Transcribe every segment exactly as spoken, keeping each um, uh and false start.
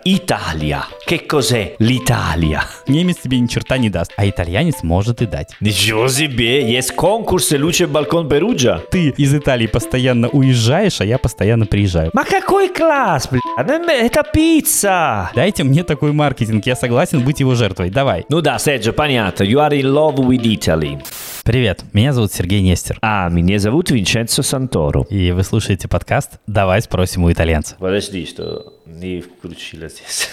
Италия. Che cos'è l'Italia? Немец тебе ни черта не даст, а итальянец может и дать. Ничего себе, есть конкурс «Лучший балкон Перуджа». Ты из Италии постоянно уезжаешь, а я постоянно приезжаю. Ma какой класс, блядь? Это пицца. Дайте мне такой маркетинг, я согласен быть его жертвой. Давай. Ну да, Sergio, понятно. You are in love with Italy. Привет, меня зовут Сергей Нестер. А, меня зовут Винченцо Санторо. И вы слушаете подкаст «Давай спросим у итальянца». Подожди, что не включила здесь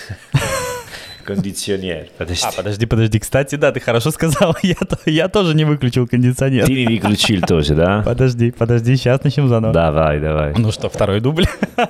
кондиционер. Подожди. А, подожди, подожди. Кстати, да, ты хорошо сказал. Я, я тоже не выключил кондиционер. Ты не выключил тоже, да? Подожди, подожди, сейчас начнем заново. Давай, давай. Ну что, второй дубль?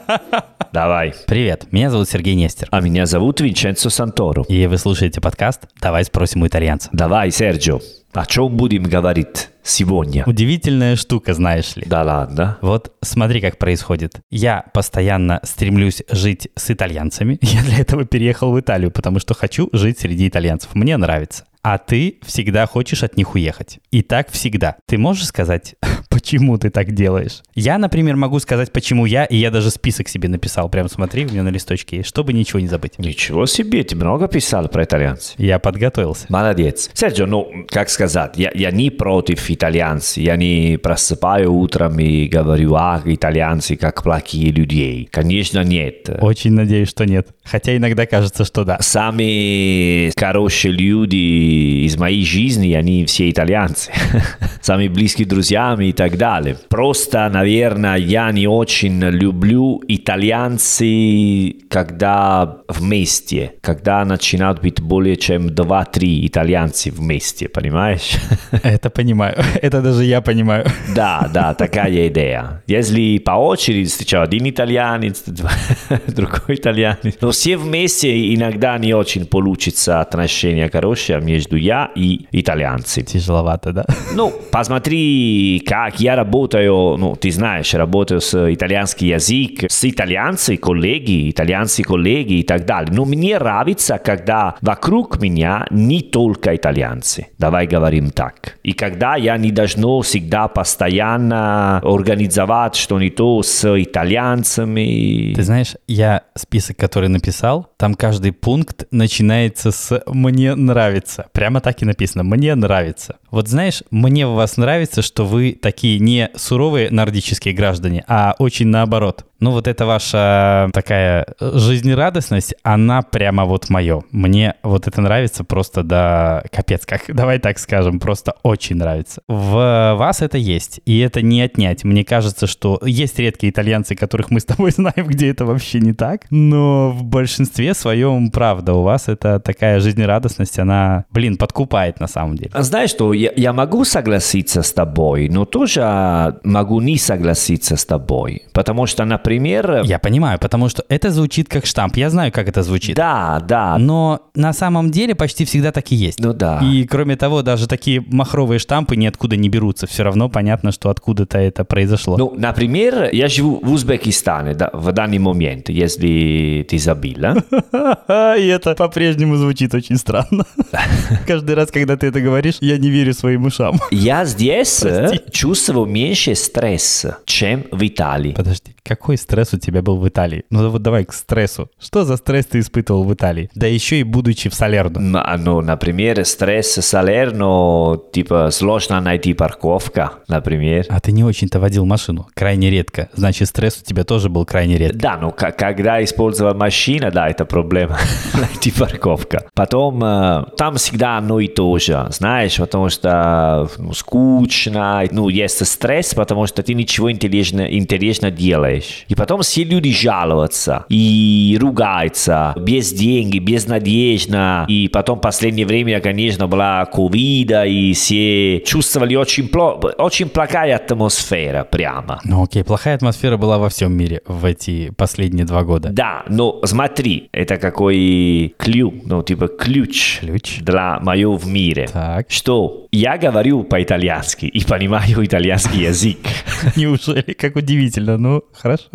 Давай. Привет, меня зовут Сергей Нестер. А меня зовут Винченцо Санторо. И вы слушаете подкаст «Давай спросим у итальянца». Давай, Серджио, о чем будем говорить сегодня? Удивительная штука, знаешь ли. Да ладно. Вот смотри, как происходит. Я постоянно стремлюсь жить с итальянцами. Я для этого переехал в Италию, потому что хочу жить среди итальянцев. Мне нравится. А ты всегда хочешь от них уехать. И так всегда. Ты можешь сказать, почему ты так делаешь? Я, например, могу сказать, почему я, и я даже список себе написал. Прям смотри, у меня на листочке есть, чтобы ничего не забыть. Ничего себе, ты много писал про итальянцев. Я подготовился. Молодец. Серджио, ну, как сказать, я, я не против итальянцев. Я не просыпаю утром и говорю, ах, итальянцы как плохие люди. Конечно, нет. Очень надеюсь, что нет. Хотя иногда кажется, что да. Самые хорошие люди из моей жизни, они все итальянцы. Самые близкие друзья и так далее. Просто, наверное, я не очень люблю итальянцы, когда вместе. Когда начинают быть более чем два-три итальянца вместе, понимаешь? Это понимаю. Это даже я понимаю. Да, да, такая идея. Если по очереди встречаю один итальянец, другой итальянец, но все вместе иногда не очень получится отношения хорошие между я и итальянцами. Тяжеловато, да? Ну, посмотри, как я работаю, ну, ты знаешь, работаю с итальянским языком, с итальянцами, коллеги, итальянцы коллеги и так далее. Но мне нравится, когда вокруг меня не только итальянцы. Давай говорим так. И когда я не должен всегда постоянно организовать что-нибудь с итальянцами. Ты знаешь, я список, который написал, там каждый пункт начинается с «мне нравится». Прямо так и написано «мне нравится». Вот знаешь, мне в вас нравится, что вы такие не суровые нордические граждане, а очень наоборот. Ну вот эта ваша такая жизнерадостность, она прямо вот мое. Мне вот это нравится просто до капец, как, давай так скажем, просто очень нравится. В вас это есть, и это не отнять. Мне кажется, что есть редкие итальянцы, которых мы с тобой знаем, где это вообще не так, но в большинстве своем правда. У вас это такая жизнерадостность, она, блин, подкупает на самом деле. Знаешь что, я, я могу согласиться с тобой, но тоже могу не согласиться с тобой, потому что, например, Пример... Я понимаю, потому что это звучит как штамп. Я знаю, как это звучит. Да, да. Но на самом деле почти всегда так и есть. Ну да. И кроме того, даже такие махровые штампы ниоткуда не берутся. Все равно понятно, что откуда-то это произошло. Ну, например, я живу в Узбекистане да, в данный момент, если ты забыл. И это по-прежнему звучит очень странно. Каждый раз, когда ты это говоришь, я не верю своим ушам. Я здесь чувствую меньше стресса, чем в Италии. Подожди, какой стресс у тебя был в Италии? Ну вот давай к стрессу. Что за стресс ты испытывал в Италии? Да еще и будучи в Салерно. Ну, например, стресс в Салерно, типа сложно найти парковка, например. А ты не очень-то водил машину, крайне редко. Значит, стресс у тебя тоже был крайне редко. Да, но к- когда использовал машину, да, это проблема, найти парковка. Потом, э, там всегда одно и то же, знаешь, потому что ну, скучно, ну, есть стресс, потому что ты ничего интересного интересно делаешь. И потом все люди жалуются и ругаются, без денег, без надежды. И потом в последнее время, конечно, была ковида, и все чувствовали очень, пло- очень плохая атмосфера прямо. Ну окей, плохая атмосфера была во всем мире в эти последние два года. Да, но смотри, это какой ключ, ну типа ключ, Ключ. для моего в мире. Так. Что я говорю по-итальянски и понимаю итальянский язык. Неужели? Как удивительно. Ну, хорошо.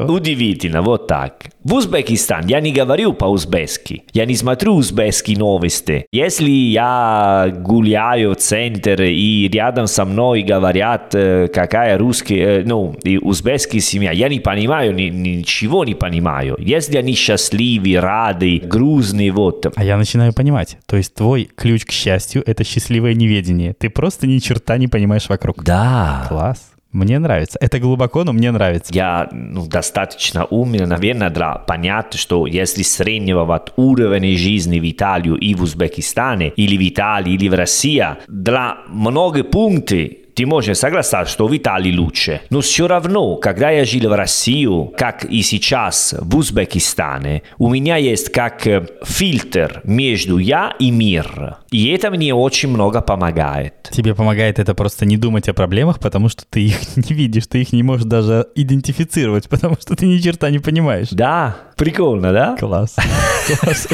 Удивительно, вот так. В Узбекистан я не говорю по-узбекски. Я не смотрю узбекские новости. Если я гуляю в центр и рядом со мной говорят, какая русская, ну, и узбекская семья, я не понимаю, ни, ничего не понимаю. Если они счастливы, рады, грустные, вот. А я начинаю понимать. То есть твой ключ к счастью — это счастливое неведение. Ты просто ни черта не понимаешь вокруг. Да. Класс. Мне нравится. Это глубоко, но мне нравится. Я ну, достаточно умный, наверное, для понять, что если сравнивать уровень жизни в Италии и в Узбекистане, или в Италии, или в России, для многих пунктов ты можешь согласиться, что в Италии лучше. Но все равно, когда я жил в России, как и сейчас в Узбекистане, у меня есть как фильтр между я и мир. И это мне очень много помогает. Тебе помогает это просто не думать о проблемах, потому что ты их не видишь, ты их не можешь даже идентифицировать, потому что ты ни черта не понимаешь. Да, прикольно, да? Класс. Класс,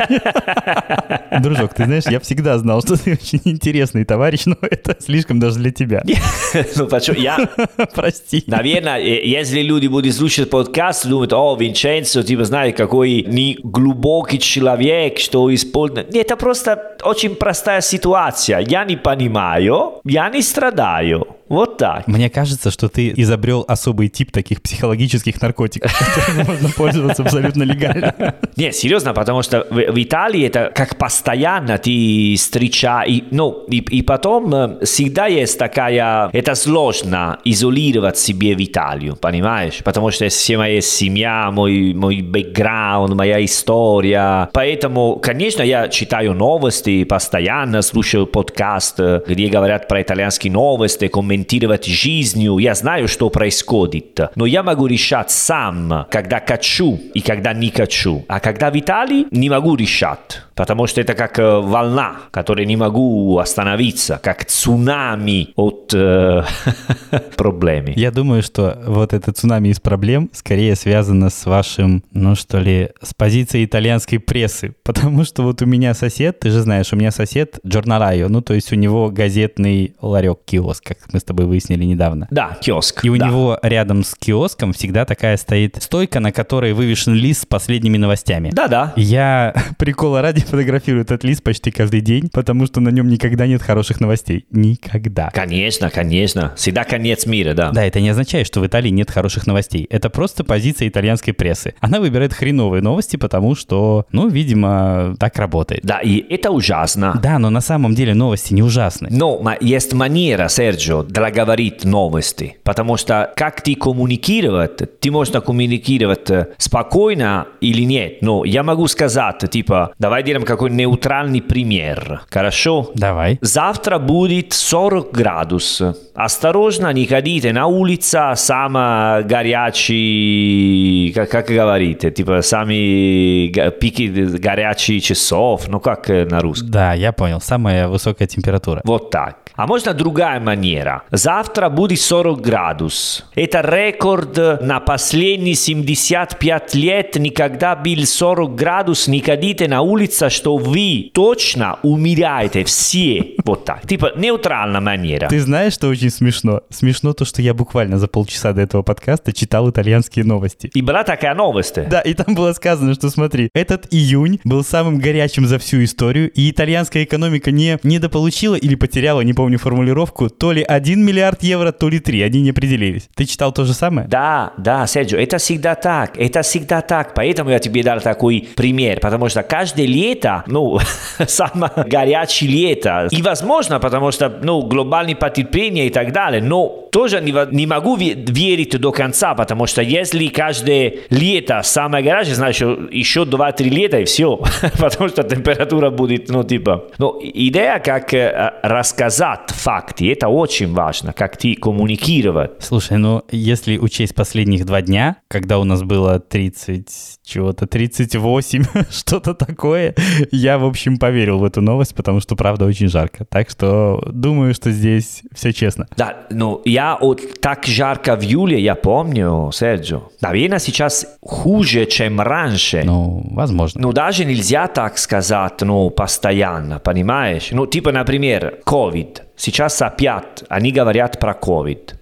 очень. Дружок, ты знаешь, я всегда знал, что ты очень интересный товарищ, но это слишком даже для тебя. Ну, почему? Я... Прости. Наверное, если люди будут слушать подкаст, думают, о, Винченцо, типа, знаешь, какой неглубокий человек, что использует... Это просто очень простая ситуация. Я не понимаю, я не страдаю. Вот так. Мне кажется, что ты изобрел особый тип таких психологических наркотиков, которыми можно пользоваться абсолютно легально. Не, серьезно, потому что в, в Италии это как постоянно ты встречаешь, ну, и, и потом всегда есть такая, это сложно изолировать себе в Италию, понимаешь? Потому что все моя семья, мой, мой бэкграунд, моя история. Поэтому, конечно, я читаю новости постоянно, слушаю подкаст, где говорят про итальянские новости, комментируют жизнью, я знаю, что происходит, но я могу решать сам, когда хочу и когда не хочу. А когда в Италии, не могу решать, потому что это как волна, которой не могу остановиться, как цунами от э, проблем. Я думаю, что вот это цунами из проблем скорее связано с вашим, ну что ли, с позицией итальянской прессы, потому что вот у меня сосед, ты же знаешь, у меня сосед Giornalaio, ну то есть у него газетный ларек, киоск, как мы с тобой выяснили недавно. Да, киоск. И у да. него рядом с киоском всегда такая стоит стойка, на которой вывешен лист с последними новостями. Да-да. Я прикола ради фотографирую этот лист почти каждый день, потому что на нем никогда нет хороших новостей. Никогда. Конечно, конечно. Всегда конец мира, да. Да, это не означает, что в Италии нет хороших новостей. Это просто позиция итальянской прессы. Она выбирает хреновые новости, потому что, ну, видимо, так работает. Да, и это ужасно. Да, но на самом деле новости не ужасны. Но есть манера, Серджио, для говорить новости. Потому что как ты коммуникировать, ты можешь коммуникировать спокойно или нет. Но я могу сказать, типа, давай делаем какой нейтральный пример. Хорошо? Давай. Завтра будет сорок градусов. Осторожно, не ходите на улицу, самый горячий, как, как говорите, типа, самые пики горячие часов, ну как на русском? Да, я понял, самая высокая температура. Вот так. А можно другая манера. Завтра будет сорок градусов. Это рекорд на последние семьдесят пять лет. Никогда был сорок градусов. Не ходите на улицу, что вы точно умираете все. Вот так. Типа нейтральная манера. Ты знаешь, что очень смешно? Смешно то, что я буквально за полчаса до этого подкаста читал итальянские новости. И была такая новость. Да, и там было сказано, что смотри, этот июнь был самым горячим за всю историю, и итальянская экономика не недополучила или потеряла, не помню формулировку, то ли один миллиард евро, то ли три, они не определились. Ты читал то же самое? Да, да, Серджио, это всегда так, это всегда так, поэтому я тебе дал такой пример, потому что каждое лето, ну, самое горячее лето, и возможно, потому что, ну, глобальное потепление и так далее, но тоже не, не могу верить до конца, потому что если каждое лето самое горячее, значит, еще два-три лета и все, потому что температура будет, ну, типа, ну, идея, как э, рассказать факты, это очень важно, как ты коммуникировать. Слушай, ну, если учесть последних два дня, когда у нас было тридцать, чего-то, тридцать восемь, что-то такое, я, в общем, поверил в эту новость, потому что, правда, очень жарко. Так что думаю, что здесь все честно. Да, ну, я вот так жарко в июле, я помню, Серджио. Наверное, сейчас хуже, чем раньше. Ну, возможно. Ну, даже нельзя так сказать, ну, постоянно, понимаешь? Ну, типа, например, ковид. Сейчас опять они говорят про ковид.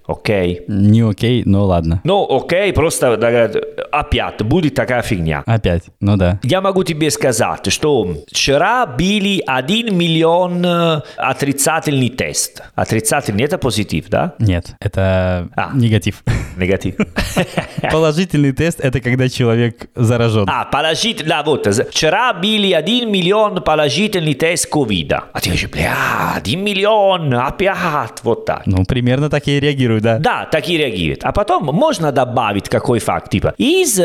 окей? Не окей, но ладно. Ну, окей, просто да, опять будет такая фигня. Опять, ну да. Я могу тебе сказать, что вчера были один миллион отрицательный тест. Отрицательный – это позитив, да? Нет, это А. негатив. Негатив. Положительный тест – это когда человек заражен. А, положительный, да, вот. Вчера были один миллион положительный тест ковида. А ты говоришь, бля, один миллион, опять, вот так. Ну, примерно так я и реагирую, да. Да, так и реагирует. А потом можно добавить какой факт, типа, из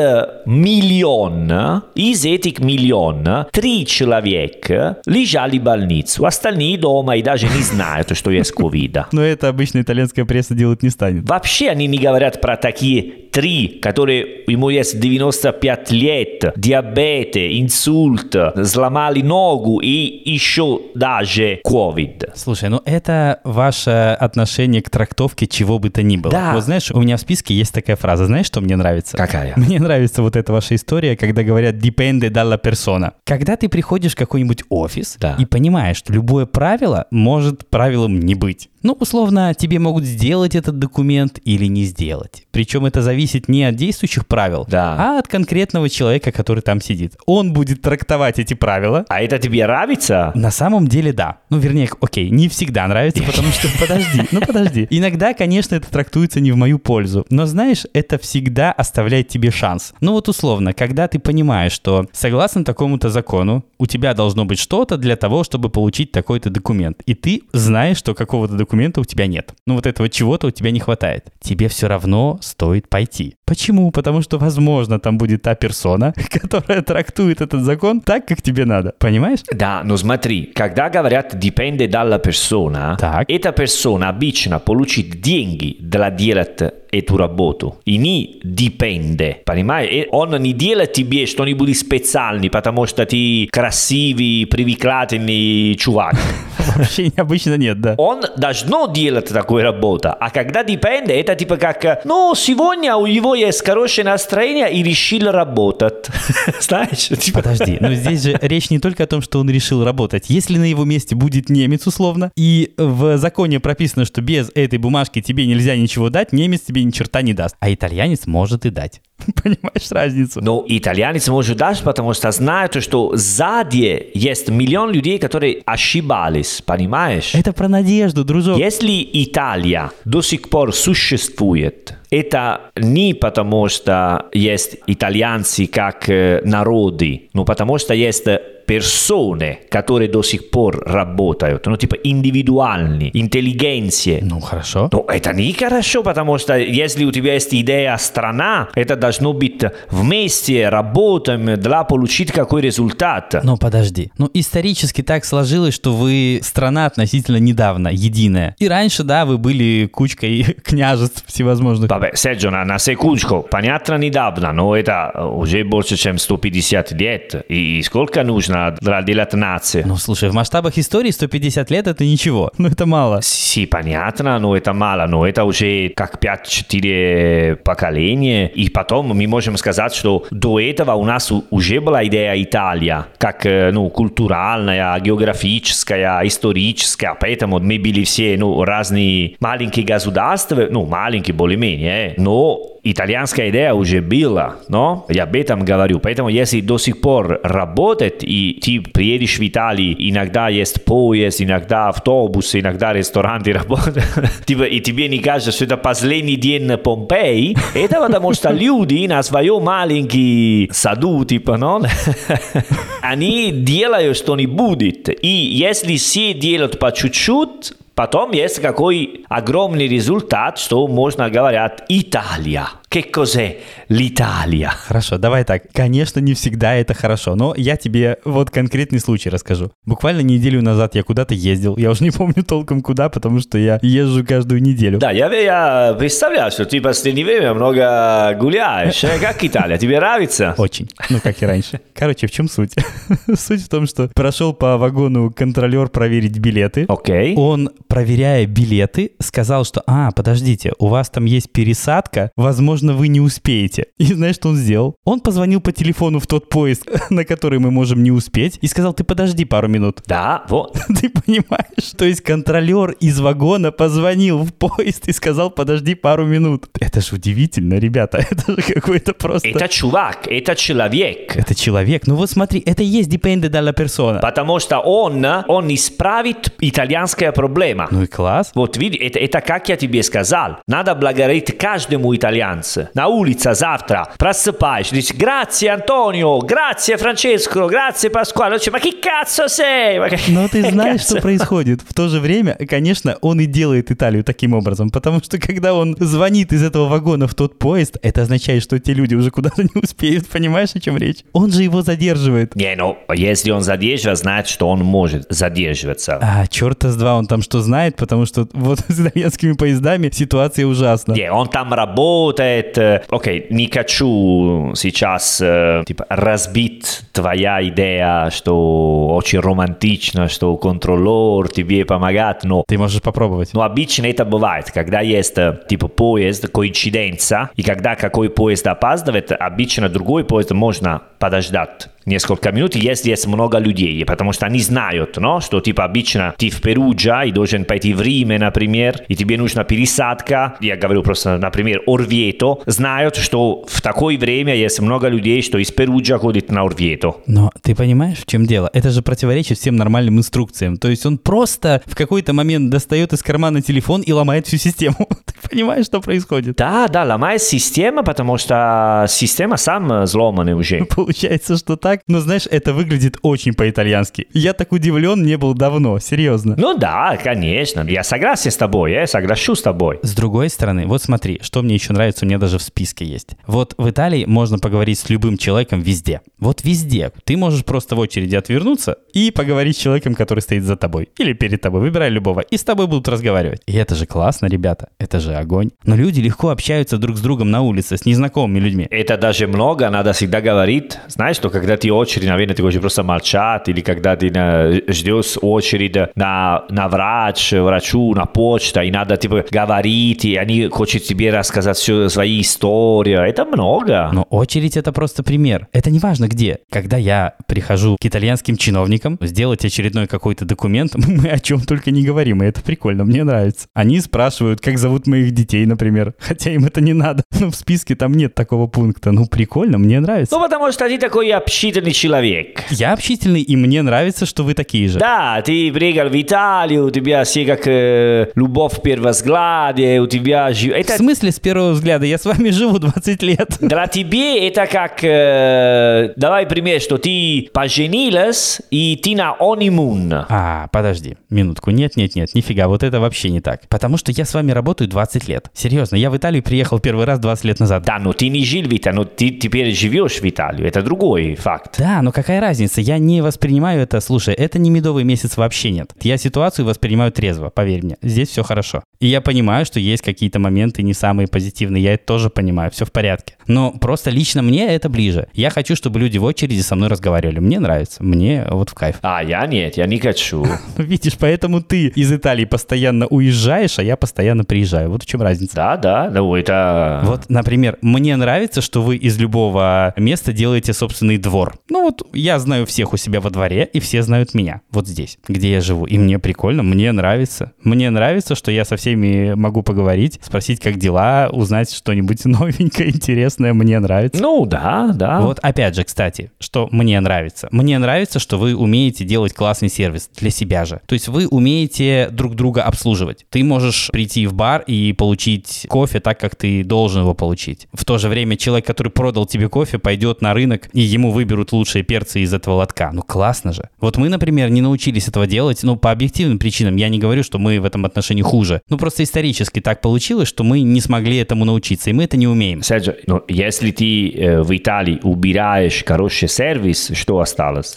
миллиона, из этих миллиона, три человека лежали в больницу, остальные дома и даже не знают, что есть ковида. Но это обычно итальянская пресса делать не станет. Вообще они не говорят про такие три, которые ему есть девяносто пять лет, диабет, инсульт, сломали ногу и еще даже ковид. Слушай, ну это ваше отношение к трактовке чего бы то ни было. Да. Вот знаешь, у меня в списке есть такая фраза. Знаешь, что мне нравится? Какая? Мне нравится вот эта ваша история, когда говорят «dipende dalla persona». Когда ты приходишь в какой-нибудь офис Да. и понимаешь, что любое правило может правилом не быть. Ну, условно, тебе могут сделать этот документ или не сделать. Причем это зависит не от действующих правил, Да. а от конкретного человека, который там сидит. Он будет трактовать эти правила. А это тебе нравится? На самом деле, да. Ну, вернее, окей, не всегда нравится, потому что, подожди, ну подожди. Иногда, конечно, это трактуется не в мою пользу. Но, знаешь, это всегда оставляет тебе шанс. Ну, вот условно, когда ты понимаешь, что согласно такому-то закону, у тебя должно быть что-то для того, чтобы получить такой-то документ. И ты знаешь, что какого-то документа у тебя нет. Ну, вот этого чего-то у тебя не хватает. Тебе все равно стоит пойти. Почему? Потому что, возможно, там будет та персона, которая трактует этот закон так, как тебе надо. Понимаешь? Да, но смотри, когда говорят «dipende dalla persona», Так. эта персона обычно получит деньги для делать эту работу. И не «dipende», понимаешь? И он не делает тебе что-нибудь специальное, потому что ты красивый, привлекательный чувак. Вообще обычно нет, да. Он должно делать такую работу. А когда «dipende», это типа как «ну, сегодня у него есть хорошее настроение и решил работать». Знаешь? Типа... Подожди, но здесь же речь не только о том, что он решил работать. Если на его месте будет немец, условно, и в законе прописано, что без этой бумажки тебе нельзя ничего дать, немец тебе ни черта не даст. А итальянец может и дать. Понимаешь разницу? Но итальянец может дать, потому что знают, что сзади есть миллион людей, которые ошибались, понимаешь? Это про надежду, дружок. Если Италия до сих пор существует, это не потому, что есть итальянцы как э, народы, но потому что есть персоны, которые до сих пор работают, ну типа индивидуальные, интеллигенции. Ну, хорошо. Но это не хорошо, потому что если у тебя есть идея страна, это должно быть вместе, работаем для получить какой результат. Но подожди. Ну, исторически так сложилось, что вы страна относительно недавно, единая. И раньше, да, вы были кучкой княжеств всевозможных. Vabbè, Sergio, на, на секундочку, понятно, недавно, но это уже больше, чем сто пятьдесят лет. И сколько нужно для делать нации? Ну, слушай, в масштабах истории сто пятьдесят лет — это ничего. Ну, это мало. Sì, понятно, но это мало, но это уже как пять-четыре поколения. И потом мы можем сказать, что до этого у нас уже была идея Италия, как ну, культуральная, географическая, историческая. Поэтому мы были все ну, разные маленькие государства, ну, маленькие более-менее, но итальянская идея уже была, но я об этом говорю. Поэтому если до сих пор работает, и ты приедешь в Италию, иногда есть поезд, иногда автобус, иногда рестораны работают, и тебе не кажется, что это последний день Помпеи, это потому что люди на своем маленьком саду, типа, ну, они делают что-нибудь. И если все делают по чуть-чуть, потом есть какой огромный результат, что можно говорить «Италия». Che cos'è l'Italia? Хорошо, давай так. Конечно, не всегда это хорошо, но я тебе вот конкретный случай расскажу. Буквально неделю назад я куда-то ездил. Я уже не помню толком куда, потому что я езжу каждую неделю. Да, я, я представляю, что ты в последнее время много гуляешь. Как Италия? Тебе нравится? Очень. Ну, как и раньше. Короче, в чем суть? Суть в том, что прошел по вагону контролер проверить билеты. Окей. Он, проверяя билеты, сказал, что, а, подождите, у вас там есть пересадка, возможно, возможно, вы не успеете. И знаешь, что он сделал? Он позвонил по телефону в тот поезд, на который мы можем не успеть, и сказал: ты подожди пару минут. Да, вот. Ты понимаешь? То есть контролер из вагона позвонил в поезд и сказал: подожди пару минут. Это же удивительно, ребята. Это же какой-то просто... Это чувак, это человек. Это человек. Ну вот смотри, это и есть dipende dalla persona. Потому что он, он исправит итальянская проблема. Ну и класс. Вот видишь, это, это как я тебе сказал. Надо благодарить каждому итальянцу. На улице завтра просыпаешь, говоришь: grazie Antonio, grazie Francesco, grazie Pasquale. Ma che cazzo sei? Но ты знаешь, что происходит. В то же время, конечно, он и делает Италию таким образом, потому что когда он звонит из этого вагона в тот поезд, это означает, что те люди уже куда-то не успеют. Понимаешь, о чем речь? Он же его задерживает. Не, ну, если он задерживает, значит, что он может задерживаться. А, черта с два, он там что знает, потому что вот с итальянскими поездами ситуация ужасна. Не, он там работает. Окей, не хочу сейчас типа разбить твоя идея, что очень романтично, что контролер тебе помогает, но... Ты можешь попробовать. Но обычно это бывает, когда есть типа поезд, коинциденция, и когда какой поезд опаздывает, обычно другой поезд можно подождать несколько минут, если есть много людей, потому что они знают, no? Что типа обычно ты в Перуджа и должен пойти в Рим, например, и тебе нужна пересадка, я говорю просто, например, Орвьето, знают, что в такое время есть много людей, что из Перуджа ходит на Орвьето. Но ты понимаешь, в чем дело? Это же противоречит всем нормальным инструкциям. То есть он просто в какой-то момент достает из кармана телефон и ломает всю систему. Ты понимаешь, что происходит? Да, да, ломает система, потому что система сам сломана уже. Получается, что так. Но знаешь, это выглядит очень по-итальянски. Я так удивлен не был давно, серьезно. Ну да, конечно. Я согласен с тобой, я соглашусь с тобой. С другой стороны, вот смотри, что мне еще нравится, у меня даже в списке есть. Вот в Италии можно поговорить с любым человеком везде. Вот везде. Ты можешь просто в очереди отвернуться и поговорить с человеком, который стоит за тобой. Или перед тобой. Выбирай любого. И с тобой будут разговаривать. И это же классно, ребята. Это же огонь. Но люди легко общаются друг с другом на улице, с незнакомыми людьми. Это даже много, надо всегда говорить. Знаешь, что когда ты очередь, наверное, ты хочешь просто молчать, или когда ты ждешь очередь на, на врач, врачу, на почту, и надо типа говорить, и они хотят тебе рассказать всю свою историю. Это много. Но очередь — это просто пример. Это не важно где. Когда я прихожу к итальянским чиновникам сделать очередной какой-то документ, мы о чем только не говорим, и это прикольно, мне нравится. Они спрашивают, как зовут моих детей, например, хотя им это не надо. Но в списке там нет такого пункта. Ну, прикольно, мне нравится. Ну, потому что ты такой общительный человек. Я общительный, и мне нравится, что вы такие же. Да, ты приехал в Италию, у тебя все как э, любовь в первом взгляде, у тебя... Это... В смысле с первого взгляда? Я с вами живу двадцать лет. Для тебя это как... Э, давай пример, что ты поженилась, и ты на honeymoon. А, подожди, минутку. Нет, нет, нет, нифига, вот это вообще не так. Потому что я с вами работаю двадцать лет. Серьезно, я в Италию приехал первый раз двадцать лет назад. Да, но ты не жил в Италии, но ты теперь живешь в Италии. Это другой факт. Да, но какая разница? Я не воспринимаю это, слушай, это не медовый месяц вообще нет. Я ситуацию воспринимаю трезво, поверь мне. Здесь все хорошо. И я понимаю, что есть какие-то моменты не самые позитивные. Я это тоже понимаю, все в порядке. Но просто лично мне это ближе. Я хочу, чтобы люди в очереди со мной разговаривали. Мне нравится, мне вот в кайф. А, я нет, я не хочу. Видишь, поэтому ты из Италии постоянно уезжаешь, а я постоянно приезжаю. Вот в чем разница. Да, да, ну это... Вот, например, мне нравится, что вы из любого места делаете собственный двор. Ну вот, я знаю всех у себя во дворе, и все знают меня. Вот здесь, где я живу. И мне прикольно, мне нравится. Мне нравится, что я со всеми могу поговорить, спросить, как дела, узнать что-нибудь новенькое, интересное. Мне нравится. Ну, да, да. Вот опять же, кстати, что мне нравится. Мне нравится, что вы умеете делать классный сервис для себя же. То есть вы умеете друг друга обслуживать. Ты можешь прийти в бар и получить кофе так, как ты должен его получить. В то же время человек, который продал тебе кофе, пойдет на рынок, и ему выберут лучшие перцы из этого лотка. Ну, классно же. Вот мы, например, не научились этого делать, ну, по объективным причинам. Я не говорю, что мы в этом отношении хуже. Ну, просто исторически так получилось, что мы не смогли этому научиться, и мы это не умеем. Серджо, ну, если ты э, в Италии убираешь хороший сервис, что осталось?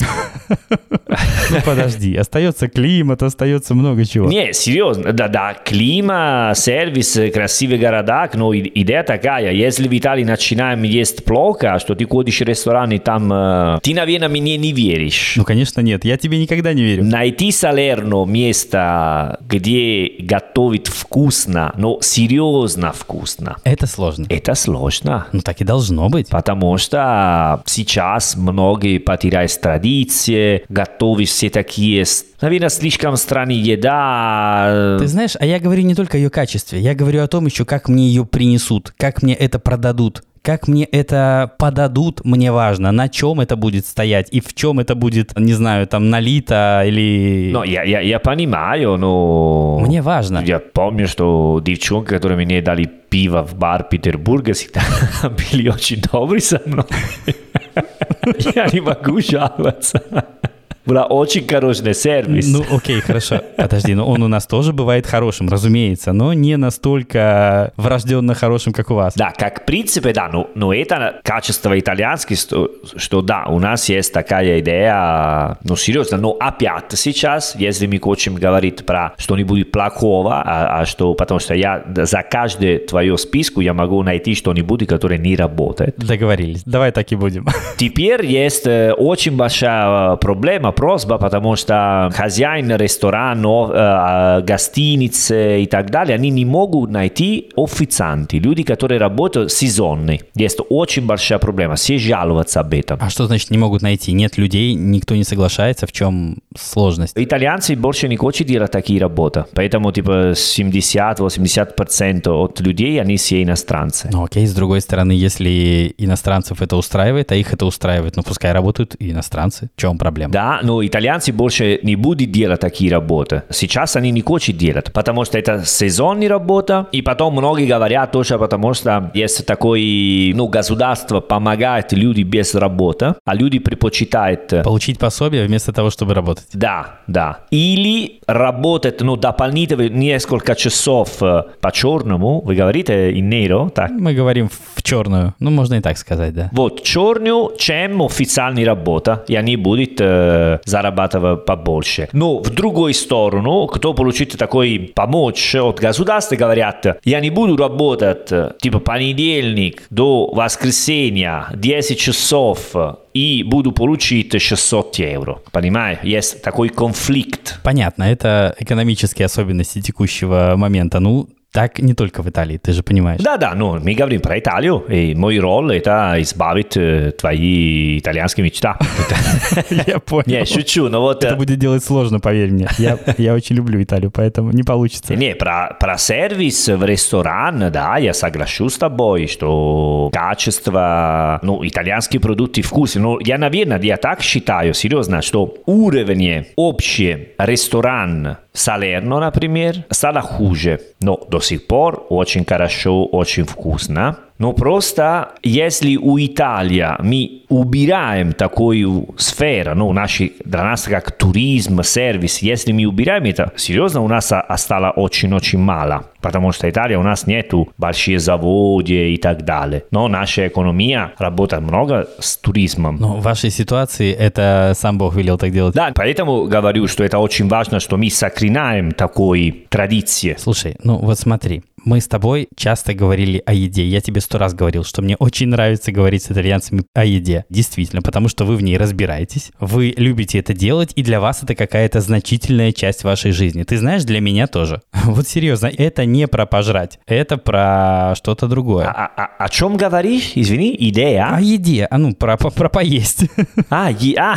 Ну, подожди. Остается климат, остается много чего. Не, серьезно. Да-да, климат, сервис, красивый городок, но идея такая. Если в Италии начинаем есть плохо, что ты ходишь в ресторан и там... Э, ты, наверное, мне не веришь. Ну, конечно, нет. Я тебе никогда не верю. Найти Салерно место, где готовят вкусно, но серьезно вкусно. Это сложно? Это сложно. Ну, так и должно быть. Потому что сейчас многие потеряют традиции, готовят все такие, наверное, слишком странная еда. Ты знаешь, а я говорю не только о ее качестве, я говорю о том еще, как мне ее принесут, как мне это продадут. Как мне это подадут, мне важно, на чем это будет стоять и в чем это будет, не знаю, там налито или... Ну, я, я, я понимаю, но... Мне важно. Я помню, что девчонки, которые мне дали пиво в бар Петербурга, всегда были очень добры со мной. Я не могу жаловаться. Была очень хороший сервис. Ну, окей, хорошо. Подожди, но он у нас тоже бывает хорошим, разумеется, но не настолько врожденно хорошим, как у вас. Да, как в принципе, да, но, но это качество итальянских, что, что да, у нас есть такая идея, ну, серьезно, но опять сейчас, если мы хотим говорить про что-нибудь плохого, а, а что, потому что я за каждую твою списку я могу найти что-нибудь, которое не работает. Договорились, давай так и будем. Теперь есть очень большая проблема, просьба, потому что хозяин ресторана, гостиницы и так далее, они не могут найти официанты, люди, которые работают сезонные. Есть очень большая проблема, все жалуются об этом. А что значит не могут найти? Нет людей, никто не соглашается, в чем сложность? Итальянцы больше не хотят делать такие работы, поэтому типа семьдесят-восемьдесят процентов от людей, они все иностранцы. Ну окей, с другой стороны, если иностранцев это устраивает, а их это устраивает, ну пускай работают и иностранцы, в чем проблема? Да, но итальянцы больше не будут делать такие работы. Сейчас они не хотят делать, потому что это сезонная работа, и потом многие говорят тоже, потому что есть такое, ну, государство помогает людям без работы, а люди предпочитают... Получить пособие вместо того, чтобы работать. Да, да. Или работать, ну, дополнительно несколько часов по черному, вы говорите in nero, так? Мы говорим в черную, ну, можно и так сказать, да. Вот, черную, чем официальная работа, и они будут э, зарабатывать побольше. Но в другую сторону, кто получит такой помощь от государства, говорят, я не буду работать, типа, понедельник до воскресенья, десять часов, и буду получить шестьсот евро. Понимаешь? Есть такой конфликт. Понятно, это экономические особенности текущего момента. Ну, так не только в Италии, ты же понимаешь. Да-да, ну, мы говорим про Италию, и мой роль – это избавить э, твои итальянские мечты. Я понял. Не, шучу, но вот... Это будет делать сложно, поверь мне. Я, я очень люблю Италию, поэтому не получится. Не, про, про сервис в ресторан, да, я соглашусь с тобой, что качество, ну, итальянские продукты вкусные. Но я, наверное, я так считаю, серьезно, что уровень общий ресторан Салерно, например, стало хуже, но до сих пор очень хорошо, очень вкусно. Но просто если у Италии мы убираем такую сферу, ну, наши, для нас как туризм, сервис, если мы убираем это, серьезно, у нас осталось очень-очень мало. Потому что Италия, у нас нету больших заводов и так далее. Но наша экономия работает много с туризмом. Но в вашей ситуации это сам Бог велел так делать. Да, поэтому говорю, что это очень важно, что мы сохраняем такой традиции. Слушай, ну вот смотри. Мы с тобой часто говорили о еде. Я тебе сто раз говорил, что мне очень нравится говорить с итальянцами о еде. Действительно, потому что вы в ней разбираетесь, вы любите это делать, и для вас это какая-то значительная часть вашей жизни. Ты знаешь, для меня тоже. Вот серьезно, это не про пожрать, это про что-то другое. А, а, о чем говоришь? Извини, идея? О еде, а ну, про, про, про поесть. А, е... а.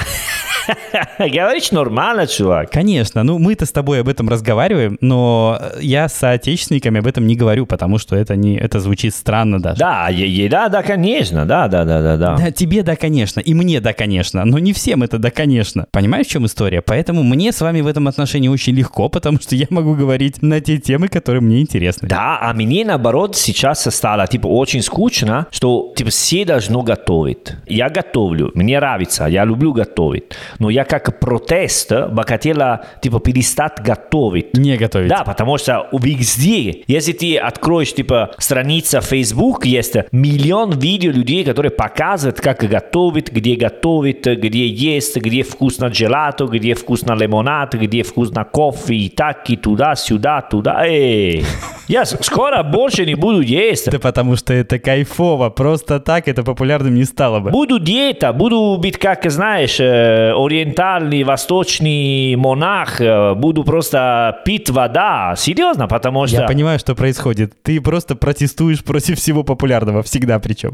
Говоришь нормально, чувак. Конечно, ну мы-то с тобой об этом разговариваем, но я с соотечественниками об этом не говорю, потому что это, не, это звучит странно даже. Да, еда, да, конечно, да, да, да, да, да. Да, тебе да, конечно, и мне да, конечно, но не всем это да, конечно. Понимаешь, в чем история? Поэтому мне с вами в этом отношении очень легко, потому что я могу говорить на те темы, которые мне интересны. Да, а мне наоборот сейчас стало типа очень скучно, что типа все должны готовить. Я готовлю, мне нравится, я люблю готовить. Но я как протест бы хотела типа перестать готовить. Не готовить. Да, потому что везде, если ты откроешь типа страница Facebook, есть миллион видео людей, которые показывают, как готовить, где готовить, где есть, где вкусно джелато, где вкусно лимонад, где вкусно кофе, и так, и туда, сюда, туда. Эй! Я скоро больше не буду есть. Да потому что это кайфово. Просто так это популярным не стало бы. Буду диета, буду быть, как знаешь, ориентальный, восточный монах. Буду просто пить вода. Серьезно, потому что... Я понимаю, что происходит. Ты просто протестуешь против всего популярного. Всегда причем.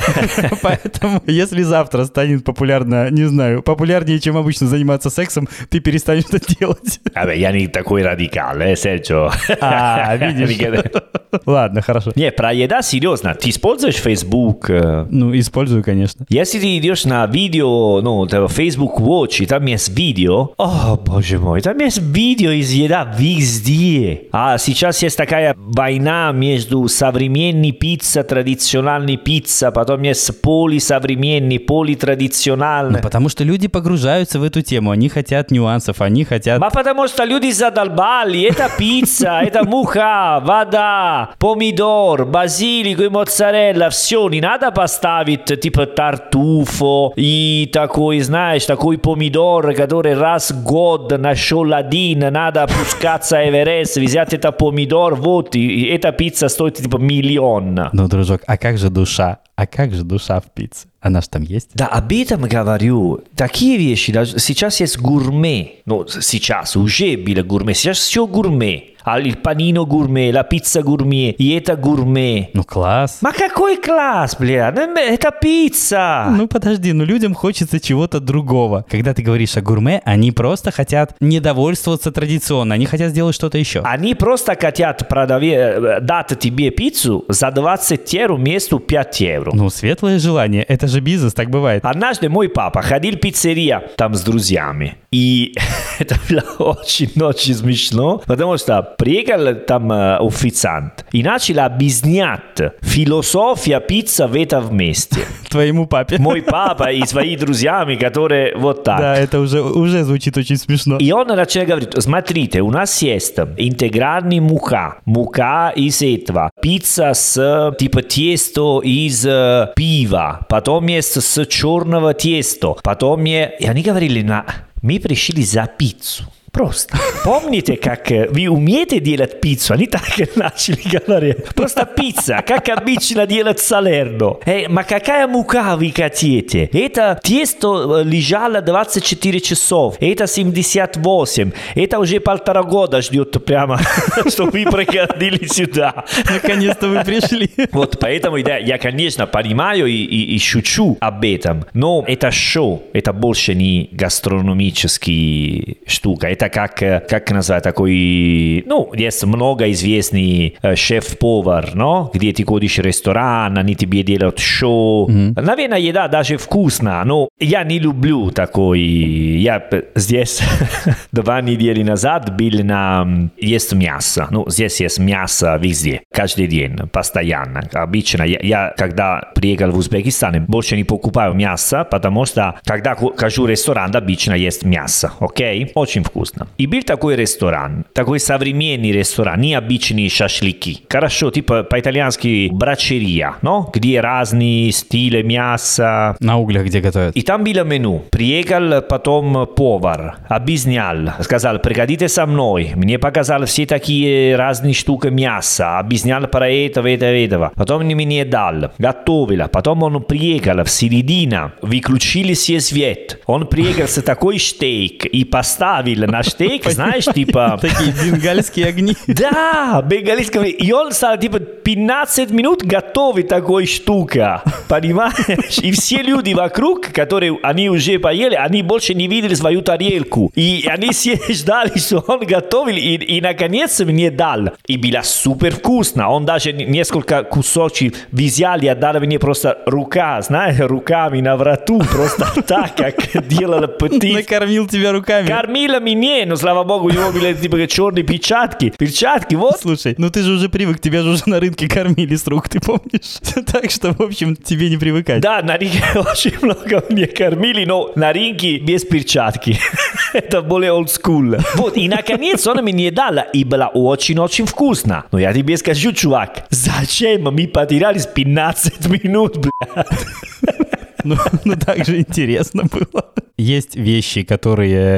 Поэтому, если завтра станет популярно, не знаю, популярнее, чем обычно заниматься сексом, ты перестанешь это делать. Я не такой радикал, э, Серджио. А, видишь? Ладно, хорошо. Не, про еда серьезно. Ты используешь Facebook? Ну, использую, конечно. Если ты идешь на видео, ну, Facebook Watch, и там есть видео, о, боже мой, там есть видео из еда везде. А сейчас есть такая война между современной пиццей, традициональной пиццей, потом есть полисовременный, политрадициональный. Ну, потому что люди погружаются в эту тему, они хотят нюансов, они хотят... А потому что люди задолбали, это пицца, это мука, вода, помидор, базилик и моцарелла, все, не надо поставить типа тартуфо и такой, знаешь, такой помидор, который раз в год нашел один, надо опускаться Эверест, взять это помидор, вот, и эта пицца стоит типа миллион. Ну, дружок, а как же душа? А как же душа в пицце? Она же там есть? Да, об этом говорю. Такие вещи, даже сейчас есть гурме. Ну, сейчас уже было гурме, сейчас все гурме. А il panino гурме, la pizza гурме, и это гурме. Ну, класс. Ma какой класс, бля? Это пицца. Ну, подожди, ну людям хочется чего-то другого. Когда ты говоришь о гурме, они просто хотят не довольствоваться традиционно, они хотят сделать что-то еще. Они просто хотят продаве... дать тебе пиццу за двадцать евро вместо пять евро. Ну, светлое желание, это же бизнес, так бывает. Однажды мой папа ходил в пиццерию там с друзьями. И это было очень-очень смешно, потому что приехал там э, официант и начал объяснять философия пицца в этом вместе. Твоему папе? Мой папа и свои друзьями, которые вот так. Да, это уже, уже звучит очень смешно. И он начал говорить, смотрите, у нас есть интегральная мука, мука из этого, пицца с типа тесто из э, пива, потом есть с черного теста, потом есть... И они говорили, на... мы пришли за пиццу. Просто. Помните, как вы умеете делать пиццу? Они так начали говорить. Просто пицца, как обычно делать Салерно. Э, ma какая мука вы хотите? Это тесто лежало двадцать четыре часов. Это семьдесят восемь. Это уже полтора года ждет прямо, чтобы вы приходили сюда. Наконец-то вы пришли. Вот поэтому, да, я, конечно, понимаю и, и, и шучу об этом. Но это шоу. Это больше не гастрономическая штука. Это как, как назвать такой, ну, есть много известный э, шеф-повар, но, где ты ходишь в ресторан, они тебе делают шоу. Mm-hmm. Наверное, еда даже вкусная, но я не люблю такой. Я здесь два недели назад был на есть мясо. Ну, здесь есть мясо везде, каждый день, постоянно. Обычно я, я когда приехал в Узбекистан, больше не покупаю мясо, потому что когда хожу в ресторан, обычно есть мясо, окей? Очень вкусно. И был такой ресторан, такой современный ресторан, не обычные шашлыки. Хорошо, типа по-итальянски брачерия, но где разные стили мяса. На углях где готовят. И там было меню. Приехал потом повар, объяснял, сказал, приходите со мной. Мне показал все такие разные штуки мяса, объяснял про это, это, этого. Потом мне дал, готовил. Потом он приехал в середину, выключили все свет. Он приехал с такой стейк и поставил на стейк, знаешь, типа... Такие бенгальские огни. Да, бенгальские. И он стал, типа, пятнадцать минут готовить такой штука. Понимаешь? И все люди вокруг, которые они уже поели, они больше не видели свою тарелку. И они все ждали, что он готовил, и, и наконец мне дал. И было супер вкусно. Он даже несколько кусочков взял и отдал мне просто рука, знаешь, руками на врату. Просто так, как делал птиц. Накормил тебя руками. Кормила меня, но, слава богу, у него были типа черные перчатки. Перчатки, вот. Слушай, ну ты же уже привык, тебя же уже на рынке кормили с рук, ты помнишь? Так что, в общем, тебе не привыкать. Да, на рынке очень много мне кормили, но на рынке без перчатки. Это более old school. Вот, и наконец он мне дал, и было очень-очень вкусно. Но я тебе скажу, чувак, зачем мы потеряли пятнадцать минут, блядь? Ну, ну так же интересно было. Есть вещи, которые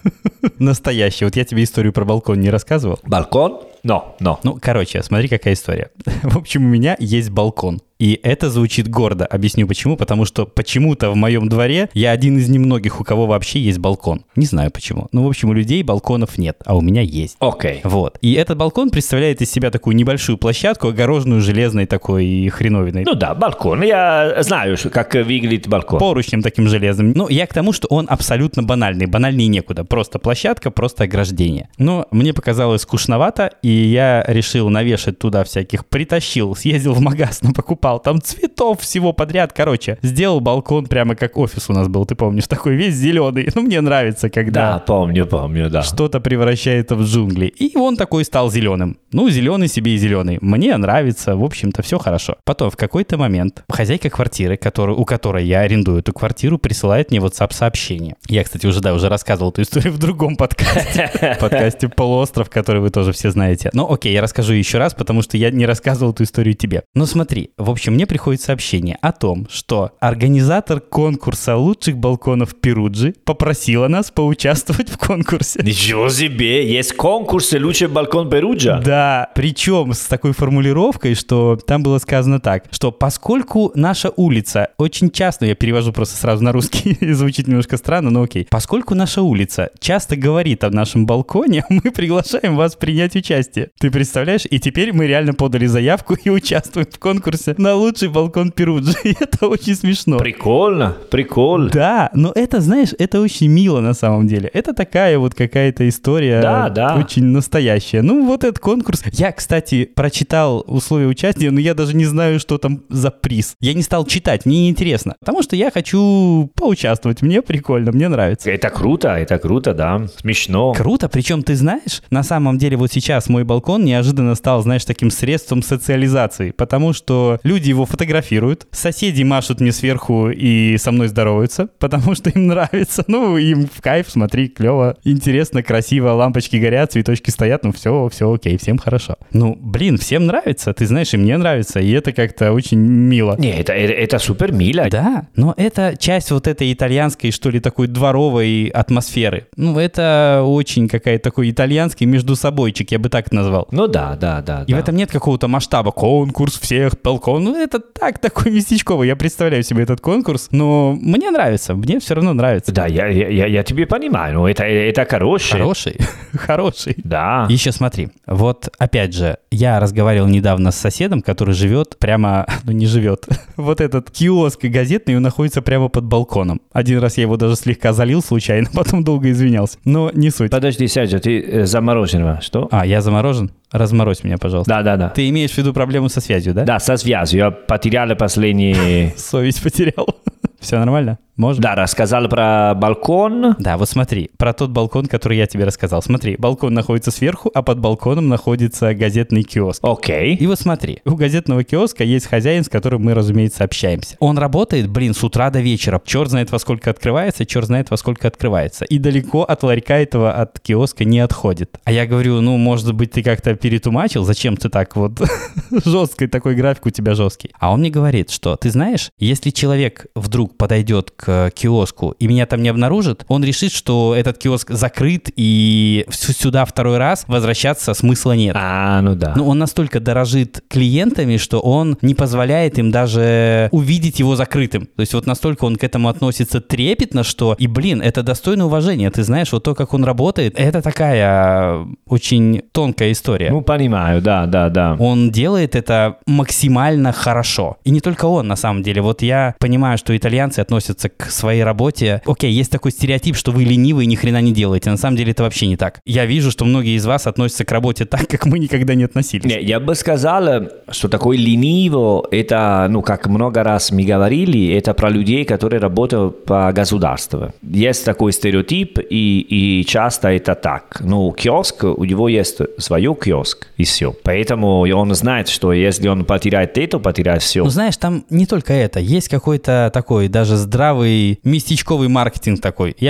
Настоящий. Вот я тебе историю про балкон не рассказывал? Балкон? Но, но. Ну, короче, смотри, какая история. В общем, у меня есть балкон. И это звучит гордо. Объясню почему. Потому что почему-то в моем дворе я один из немногих, у кого вообще есть балкон. Не знаю почему. Ну, в общем, у людей балконов нет, а у меня есть. Окей. Okay. Вот. И этот балкон представляет из себя такую небольшую площадку, огороженную железной такой хреновиной. Ну да, балкон. Я знаю, как выглядит балкон. Поручнем таким железным. Ну, я к тому, что он абсолютно банальный. Банальнее некуда. Просто площадка, просто ограждение. Но мне показалось скучновато, и я решил навешать туда всяких, притащил, съездил в магазин, покупал там цветов всего подряд. Короче, сделал балкон прямо как офис у нас был, ты помнишь, такой весь зеленый. Ну, мне нравится, когда... Да, помню, помню, да. Что-то превращается в джунгли. И он такой стал зеленым. Ну, зеленый себе и зеленый. Мне нравится, в общем-то, все хорошо. Потом в какой-то момент хозяйка квартиры, который, у которой я арендую эту квартиру, присылает мне WhatsApp-сообщение. Я, кстати, уже, да, уже рассказывал эту историю в другом подкасте. Подкасте «Полуостров», который вы тоже все знаете. Ну, окей, я расскажу еще раз, потому что я не рассказывал эту историю тебе. Ну, смотри, в В общем, мне приходит сообщение о том, что организатор конкурса лучших балконов Перуджи попросила нас поучаствовать в конкурсе. Ничего себе! Есть конкурс «Лучший балкон Перуджа»? Да, причем с такой формулировкой, что там было сказано так, что поскольку наша улица очень часто, я перевожу просто сразу на русский, звучит немножко странно, но окей, поскольку наша улица часто говорит о нашем балконе, мы приглашаем вас принять участие. Ты представляешь? И теперь мы реально подали заявку и участвуем в конкурсе на лучший балкон Перуджи. Это очень смешно. Прикольно, прикольно. Да, но это, знаешь, это очень мило на самом деле. Это такая вот какая-то история, да, да. Очень настоящая. Ну, вот этот конкурс. Я, кстати, прочитал условия участия, но я даже не знаю, что там за приз. Я не стал читать, мне неинтересно. Потому что я хочу поучаствовать. Мне прикольно, мне нравится. Это круто, это круто, да. Смешно. Круто, причем ты знаешь, на самом деле вот сейчас мой балкон неожиданно стал, знаешь, таким средством социализации. Потому что люди его фотографируют, соседи машут мне сверху и со мной здороваются, потому что им нравится. Ну, им в кайф, смотри, клево, интересно, красиво, лампочки горят, цветочки стоят, ну все, все окей, всем хорошо. Ну, блин, всем нравится, ты знаешь, и мне нравится, и это как-то очень мило. Не, это, это, это супер мило. Да, но это часть вот этой итальянской, что ли, такой дворовой атмосферы. Ну, это очень какая-то такой итальянский междусобойчик, я бы так назвал. Ну да, да, да. И да. в этом нет какого-то масштаба, конкурс всех балконов. Ну, это так, такой местечковый. Я представляю себе этот конкурс, но мне нравится, мне все равно нравится. Да, я, я, я тебе понимаю, но это, это хороший. Хороший? Хороший. Да. Еще смотри, вот опять же, я разговаривал недавно с соседом, который живет прямо, ну не живет, вот этот киоск газетный, он находится прямо под балконом. Один раз я его даже слегка залил случайно, потом долго извинялся, но не суть. Подожди, Серджио, ты э, замороженного, что? А, я заморожен? Разморозь меня, пожалуйста. Да, да, да. Ты имеешь в виду проблему со связью, да? Да, со связью. Я потерял последние... Совесть потерял. Все нормально? Можно? Да, рассказал про балкон. Да, вот смотри, про тот балкон, который я тебе рассказал. Смотри, балкон находится сверху, а под балконом находится газетный киоск. Окей. И вот смотри, у газетного киоска есть хозяин, с которым мы, разумеется, общаемся. Он работает, блин, с утра до вечера. Черт знает, во сколько открывается, черт знает, во сколько открывается. И далеко от ларька этого, от киоска не отходит. А я говорю, ну, может быть, ты как-то перетумачил? Зачем ты так вот жесткий, такой график у тебя жесткий? А он мне говорит, что, ты знаешь, если человек вдруг подойдет к киоску и меня там не обнаружит, он решит, что этот киоск закрыт и сюда второй раз возвращаться смысла нет. А, ну да. Но он настолько дорожит клиентами, что он не позволяет им даже увидеть его закрытым. То есть вот настолько он к этому относится трепетно, что и, блин, это достойно уважения. Ты знаешь, вот то, как он работает, это такая очень тонкая история. Ну, понимаю, да, да, да. Он делает это максимально хорошо. И не только он, на самом деле. Вот я понимаю, что итальянцы относятся к своей работе. Окей, есть такой стереотип, что вы ленивые и ни хрена не делаете. На самом деле это вообще не так. Я вижу, что многие из вас относятся к работе так, как мы никогда не относились. Не, я бы сказал, что такой лениво, это, ну, как много раз мы говорили, это про людей, которые работают по государству. Есть такой стереотип, и, и часто это так. Ну, киоск, у него есть свой киоск, и все. Поэтому он знает, что если он потеряет это, потеряет все. Ну, знаешь, там не только это. Есть какой-то такой даже здравый местечковый маркетинг такой. Я вот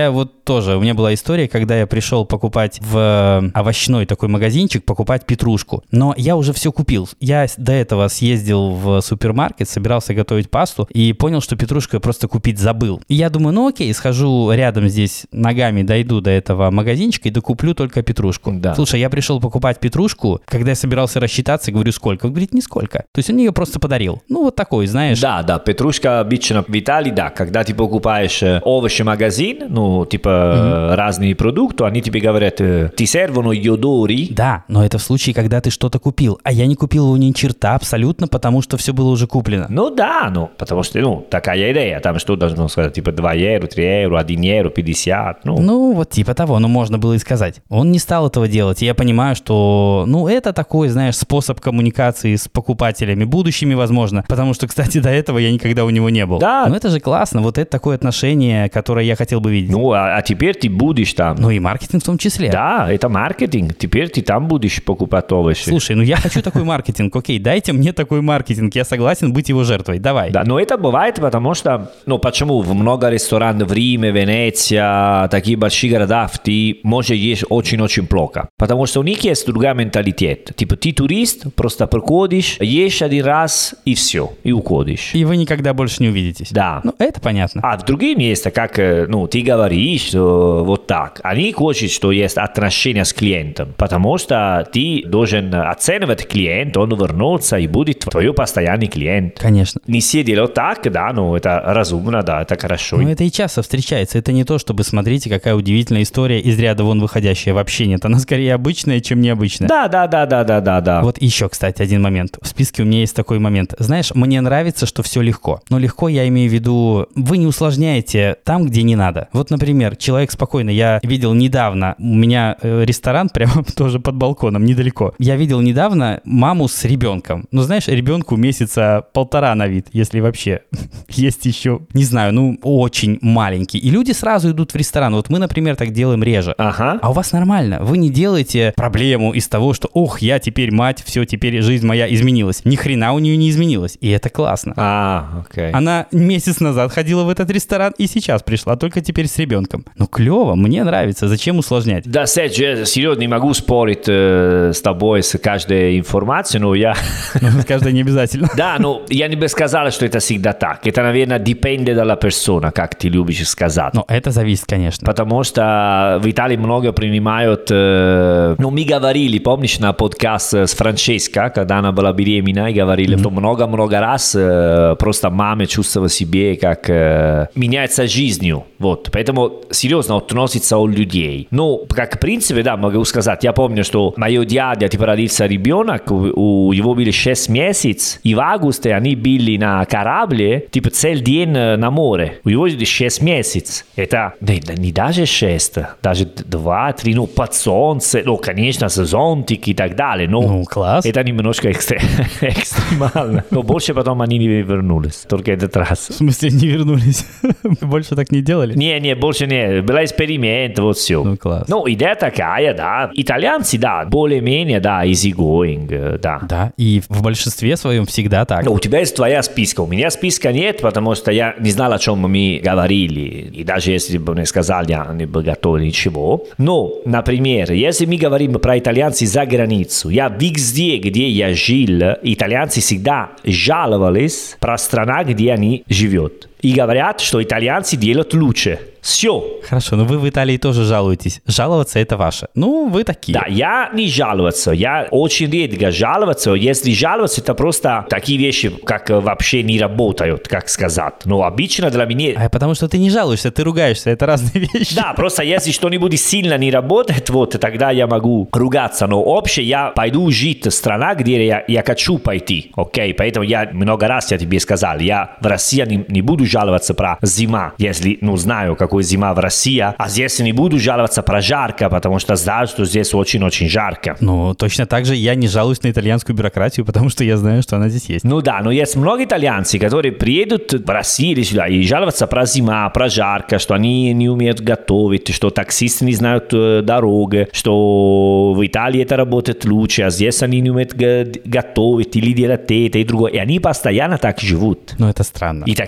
тоже у меня была история, когда я пришел покупать в овощной такой магазинчик, покупать петрушку. Но я уже все купил. Я до этого съездил в супермаркет, собирался готовить пасту и понял, что петрушку я просто купить забыл. И я думаю, ну окей, схожу рядом здесь ногами, дойду до этого магазинчика и докуплю только петрушку. Да. Слушай, я пришел покупать петрушку, когда я собирался рассчитаться, говорю, сколько? Он говорит, нисколько. То есть он ее просто подарил. Ну вот такой, знаешь. Да, да, петрушка обычно в Италии, да, когда ты покупаешь овощи магазин, ну, типа mm-hmm. разные продукты, они тебе говорят, ti servono gli odori. Да, но это в случае, когда ты что-то купил, а я не купил его ни черта абсолютно, потому что все было уже куплено. Ну да, ну, потому что, ну, такая идея, там что должно сказать, типа два евро, три евро, один евро, пятьдесят, ну. Ну, вот типа того, ну, можно было и сказать. Он не стал этого делать, и я понимаю, что, ну, это такой, знаешь, способ коммуникации с покупателями, будущими, возможно, потому что, кстати, до этого я никогда у него не был. Да. Ну, это же классно, вот это такое отношение, которое я хотел бы видеть. Ну, а, а теперь ты будешь там. Ну, и маркетинг в том числе. Да, это маркетинг, теперь ты там будешь покупать овощи. Слушай, ну я хочу такой маркетинг, окей, дайте мне такой маркетинг, я согласен быть его жертвой, давай. Да, но это бывает, потому что, ну, почему в много ресторанов в Риме, Венеция, такие большие города, ты можешь есть очень-очень плохо, потому что у них есть другая менталитет. Типа, ты турист, просто приходишь, ешь один раз и все, и уходишь. И вы никогда больше не увидитесь. Да. Ну, это понятно. А в других местах, как, ну, ты говоришь вот так, они хотят, что есть отношения с клиентом, потому что ты должен оценивать клиента, он вернется и будет твой постоянный клиент. Конечно. Не сидеть вот так, да, ну, это разумно, да, это хорошо. Ну, это и часто встречается. Это не то, чтобы, смотрите, какая удивительная история из ряда вон выходящая. Вообще нет. Она скорее обычная, чем необычная. Да, да, да, да, да, да, да. Вот еще, кстати, один момент. В списке у меня есть такой момент. Знаешь, мне нравится, что все легко. Но легко я имею в виду, вы не усложняете там, где не надо. Вот, например, человек спокойно. Я видел недавно, у меня э, ресторан прямо тоже под балконом, недалеко. Я видел недавно маму с ребенком. Ну, знаешь, ребенку месяца полтора на вид, если вообще есть еще, не знаю, ну, очень маленький. И люди сразу идут в ресторан. Вот мы, например, так делаем реже. Ага. А у вас нормально. Вы не делаете проблему из того, что, ох, я теперь мать, все, теперь жизнь моя изменилась. Ни хрена у нее не изменилась. И это классно. А, окей. Она месяц назад ходила в этот ресторан и сейчас пришла, только теперь с ребенком. Ну, клево, мне нравится. Зачем усложнять? Да, Серж, я серьезно не могу спорить э, с тобой с каждой информацией, но я... Ну, с каждой не обязательно. Да, но я не бы сказал, что это всегда так. Это, наверное, dipende dalla persona, как ты любишь сказать. Но это зависит, конечно. Потому что в Италии много принимают... Э, ну, мы говорили, помнишь, на подкаст с Франческой, когда она была беременна, и говорили, mm-hmm. что много-много раз э, просто мама чувствовала себе, как э, меняется жизнью. Вот. Поэтому серьезно относится у людей. Ну, как в принципе, да, могу сказать, я помню, что моего дядя, типа, родился ребенок, у, у его были шесть месяцев, и в августе они были на корабле, типа, целый день на море. У него шесть месяцев. Это не, не даже шесть, даже два-три, ну, под солнце, ну, конечно, с зонтик и так далее, но ну, класс. Это немножко экстр... экстремально. Но больше потом они не вернулись, только этот раз. В смысле, не вернулись? Больше так не делали? Не, не, больше не. Был эксперимент, вот все. Ну, класс. Ну, идея такая, да. Итальянцы, да, более-менее, да, easy going, да. Да, и в большинстве своем всегда так. Ну, у тебя есть твоя списка, у меня списка нет, потому что я не знал, о чем мы говорили. И даже если бы не сказал, я не был готов ничего. Но, например, если мы говорим про итальянцев за границу, я везде, где я жил, итальянцы всегда жаловались про страну, где они живут. И говорят, что итальянцы делают лучше. Все. Хорошо, но вы в Италии тоже жалуетесь. Жаловаться это ваше. Ну, вы такие. Да, я не жаловаться. Я очень редко жаловаться. Если жаловаться, это просто такие вещи, как вообще не работают, как сказать. Но обычно для меня... А потому что ты не жалуешься, ты ругаешься. Это разные вещи. Да, просто если что-нибудь сильно не работает, вот, тогда я могу ругаться. Но вообще я пойду жить в страну, где я, я хочу пойти. Окей, поэтому я много раз я тебе сказал, я в России не, не буду жаловаться про зима, если, ну, знаю, какой зима в России, а здесь не буду жаловаться про жарко, потому что знаю, что здесь очень-очень жарко. Ну, точно так же я не жалуюсь на итальянскую бюрократию, потому что я знаю, что она здесь есть. Ну да, но есть много итальянцев, которые приедут в Россию или сюда и жалуются про зима, про жарко, что они не умеют готовить, что таксисты не знают э, дороги, что в Италии это работает лучше, а здесь они не умеют г- готовить или делать это и другое. И они постоянно так живут. Ну, это странно. И такие итальянцы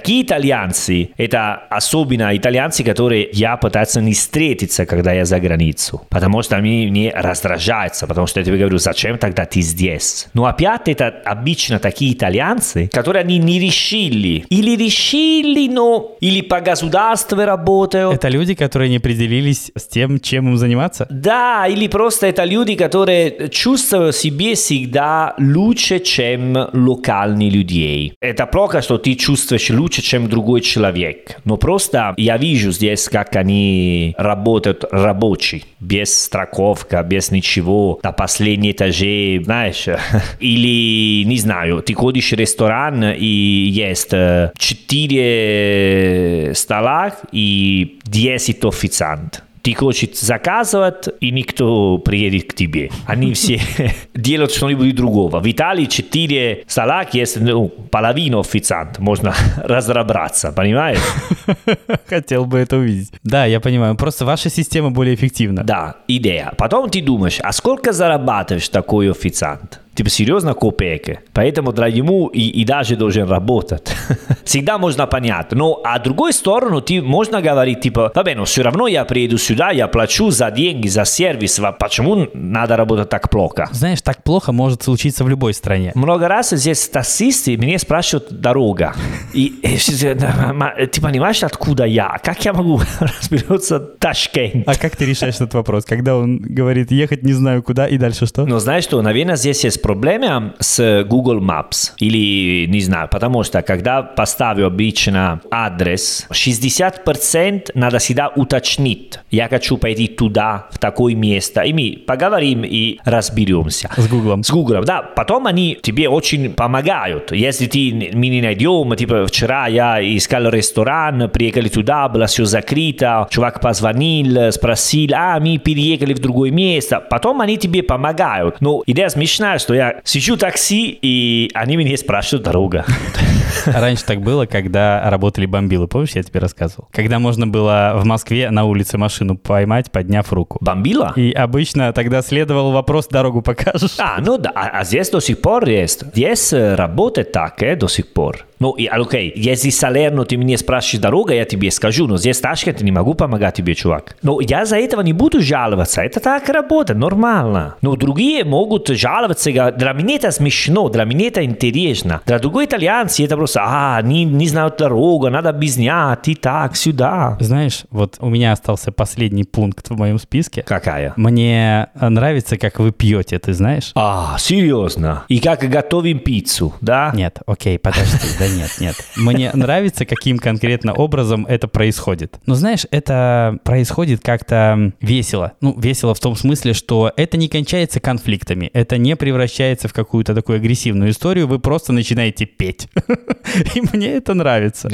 итальянцы, это особенно итальянцы, которые я пытаюсь не встретиться, когда я за границу. Потому что они мне раздражаются, потому что я тебе говорю, зачем тогда ты здесь? Но опять это обычно такие итальянцы, которые они не решили. Или решили, но... Или по государству работают. Это люди, которые не определились с тем, чем им заниматься? Да, или просто это люди, которые чувствуют себе всегда лучше, чем локальные люди. Это плохо, что ты чувствуешь лучше, чем другой человек. Но просто я вижу здесь, как они работают рабочие. Без страховка, без ничего. На последнем этаже, знаешь. Или, не знаю, ты ходишь в ресторан и есть четыре стола и десять официантов. Ты хочешь заказывать, и никто приедет к тебе. Они все делают что-нибудь другого. В Италии четыре стола, есть ну, половина официант. Можно разобраться, понимаешь? Хотел бы это увидеть. Да, я понимаю. Просто ваша система более эффективна. Да, идея. Потом ты думаешь, а сколько зарабатываешь такой официант? Типа, серьезно, копейки. Поэтому для ему и, и даже должен работать. Всегда можно понять. Но, а с другой стороны, ты можно говорить, типа, vabbè, но все равно я приеду сюда, я плачу за деньги, за сервис. Почему надо работать так плохо? Знаешь, так плохо может случиться в любой стране. Много раз здесь таксисты меня спрашивают дорога. И, и ты понимаешь, откуда я? Как я могу разбираться в Ташкенте? А как ты решаешь этот вопрос? Когда он говорит, ехать не знаю куда, и дальше что? Ну, знаешь что, наверное, здесь есть проблема с Google Maps. Или, не знаю, потому что, когда поставлю обычно адрес, шестьдесят процентов надо всегда уточнить. Я хочу пойти туда, в такое место. И мы поговорим и разберемся. С Google. С Google, да. Потом они тебе очень помогают. Если ты мы не найдем, типа, вчера я искал ресторан, приехали туда, было все закрыто, чувак позвонил, спросил, а, мы переехали в другое место. Потом они тебе помогают. Но идея смешная, что я сижу в такси, и они меня спрашивают дорогу. Раньше так было, когда работали бомбилы. Помнишь, я тебе рассказывал? Когда можно было в Москве на улице машину поймать, подняв руку. Бомбила? И обычно тогда следовал вопрос, дорогу покажешь? А, ну да, а, а здесь до сих пор есть. Здесь работает так, э, до сих пор. Ну, и, окей, если Салерно ты меня спрашиваешь дорогу, я тебе скажу, но здесь Ташкент не могу помогать тебе, чувак. Но я за этого не буду жаловаться, это так работает, нормально. Но другие могут жаловаться, для меня это смешно, для меня это интересно. Для другой итальянца это просто, а, не, не знают дорогу, надо объяснять, и так, сюда. Знаешь, вот у меня остался последний пункт в моем списке. Какая? Мне нравится, как вы пьете, ты знаешь? А, серьезно? И как готовим пиццу, да? Нет, окей, подожди, да нет, нет. Мне нравится, каким конкретно образом это происходит. Но знаешь, это происходит как-то весело. Ну, весело в том смысле, что это не кончается конфликтами, это не превращается в какую-то такую агрессивную историю, вы просто начинаете петь. И мне это нравится.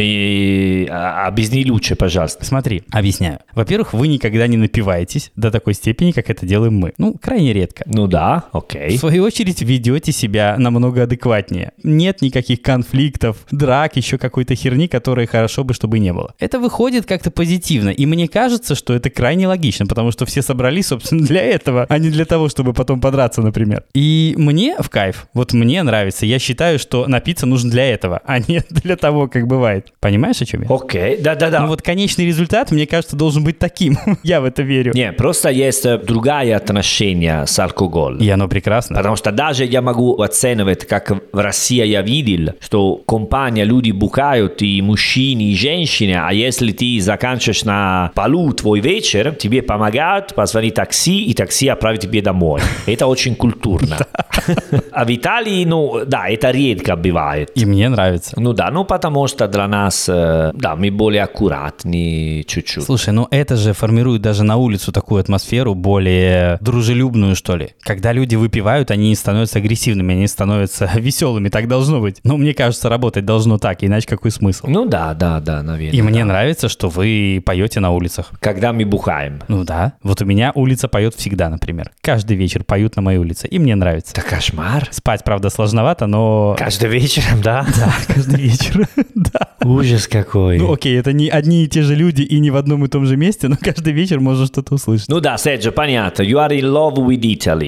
И объясни лучше, пожалуйста. Смотри, объясняю. Во-первых, вы никогда не напиваетесь до такой степени, как это делаем мы. Ну, крайне редко. Ну да, окей. В свою очередь, ведете себя намного адекватнее. Нет никаких конфликтов, драк, еще какой-то херни, которой хорошо бы, чтобы не было. Это выходит как-то позитивно, и мне кажется, что это крайне логично, потому что все собрались, собственно, для этого, а не для того, чтобы потом подраться, например. И мне в кайф, вот мне нравится. Я считаю, что напиться нужно для этого, а не для того, как бывает. Понимаешь, о чем я? Окей, да-да-да. Ну вот конечный результат, мне кажется, должен быть таким. Я в это верю. Не, просто есть другое отношение с алкоголем. И оно прекрасно. Потому что даже я могу оценивать, как в России я видел, что компания, люди бухают, и мужчины, и женщины, а если ты заканчиваешь на полу твой вечер, тебе помогают позвонить такси, и такси отправит тебе домой. Это очень культурно. А в Италии, ну, да, это редко бывает. И мне нравится. Ну да, ну потому что для нас, да, мы более аккуратны чуть-чуть. Слушай, ну это же формирует даже на улицу такую атмосферу более дружелюбную, что ли. Когда люди выпивают, они не становятся агрессивными, они становятся веселыми, так должно быть. Но мне кажется, работать должно так, иначе какой смысл? Ну да, да, да, наверное. И мне да. нравится, что вы поете на улицах. Когда мы бухаем. Ну да, вот у меня улица поет всегда, например. Каждый вечер поют на моей улице, и мне нравится. Это кошмар. Спать, правда, сложновато, но... Каждый вечер, да? Да, каждый вечер, да. Ужас какой. Ну окей, это не одни и те же люди и не в одном и том же месте, но каждый вечер можно что-то услышать. Ну да, Серджио, понятно. You are in love with Italy. Да.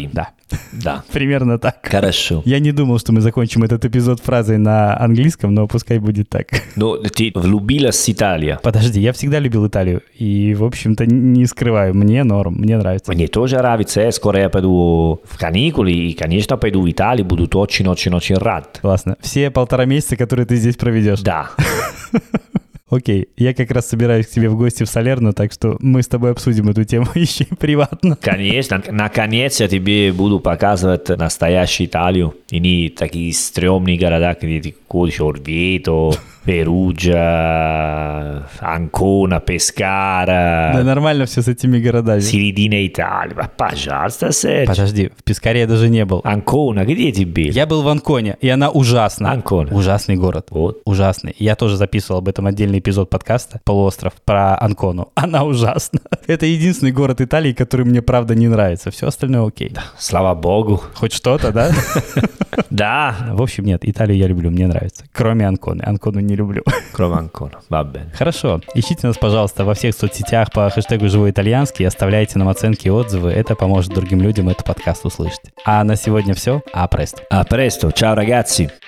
Да. Примерно так. Хорошо. Я не думал, что мы закончим этот эпизод фразой на английском, но пускай будет так. Ну, ты влюбилась в Италию? Подожди, я всегда любил Италию. И, в общем-то, не скрываю. Мне норм, мне нравится. Мне тоже нравится. Я скоро я пойду в каникулы, и, конечно, пойду в Италию. Буду очень-очень-очень рад. Классно. Все полтора месяца, которые ты здесь проведешь. Да. Окей, я как раз собираюсь к тебе в гости в Салерно, так что мы с тобой обсудим эту тему еще и приватно. Конечно, наконец я тебе буду показывать настоящую Италию. И не такие стрёмные города, где ты ходишь Орвето, Перуджа, Анкона, Пескара. Да нормально все с этими городами. Середина Италии. Пожалуйста, Серж. Подожди, в Пескаре я даже не был. Анкона, где ты был? Я был в Анконе, и она ужасна. Анкона. Ужасный город. Вот. Ужасный. Я тоже записывал об этом отдельный эпизод подкаста «Полуостров» про Анкону. Она ужасна. Это единственный город Италии, который мне, правда, не нравится. Все остальное окей. Да, слава богу. Хоть что-то, да? Да. В общем, нет, Италию я люблю, мне нравится. Кроме Анконы. Анкону не люблю. Кроме Анкона. Хорошо. Ищите нас, пожалуйста, во всех соцсетях по хэштегу «Живой итальянский» и оставляйте нам оценки и отзывы. Это поможет другим людям этот подкаст услышать. А на сегодня все. А престо. А престо. Ciao, ragazzi.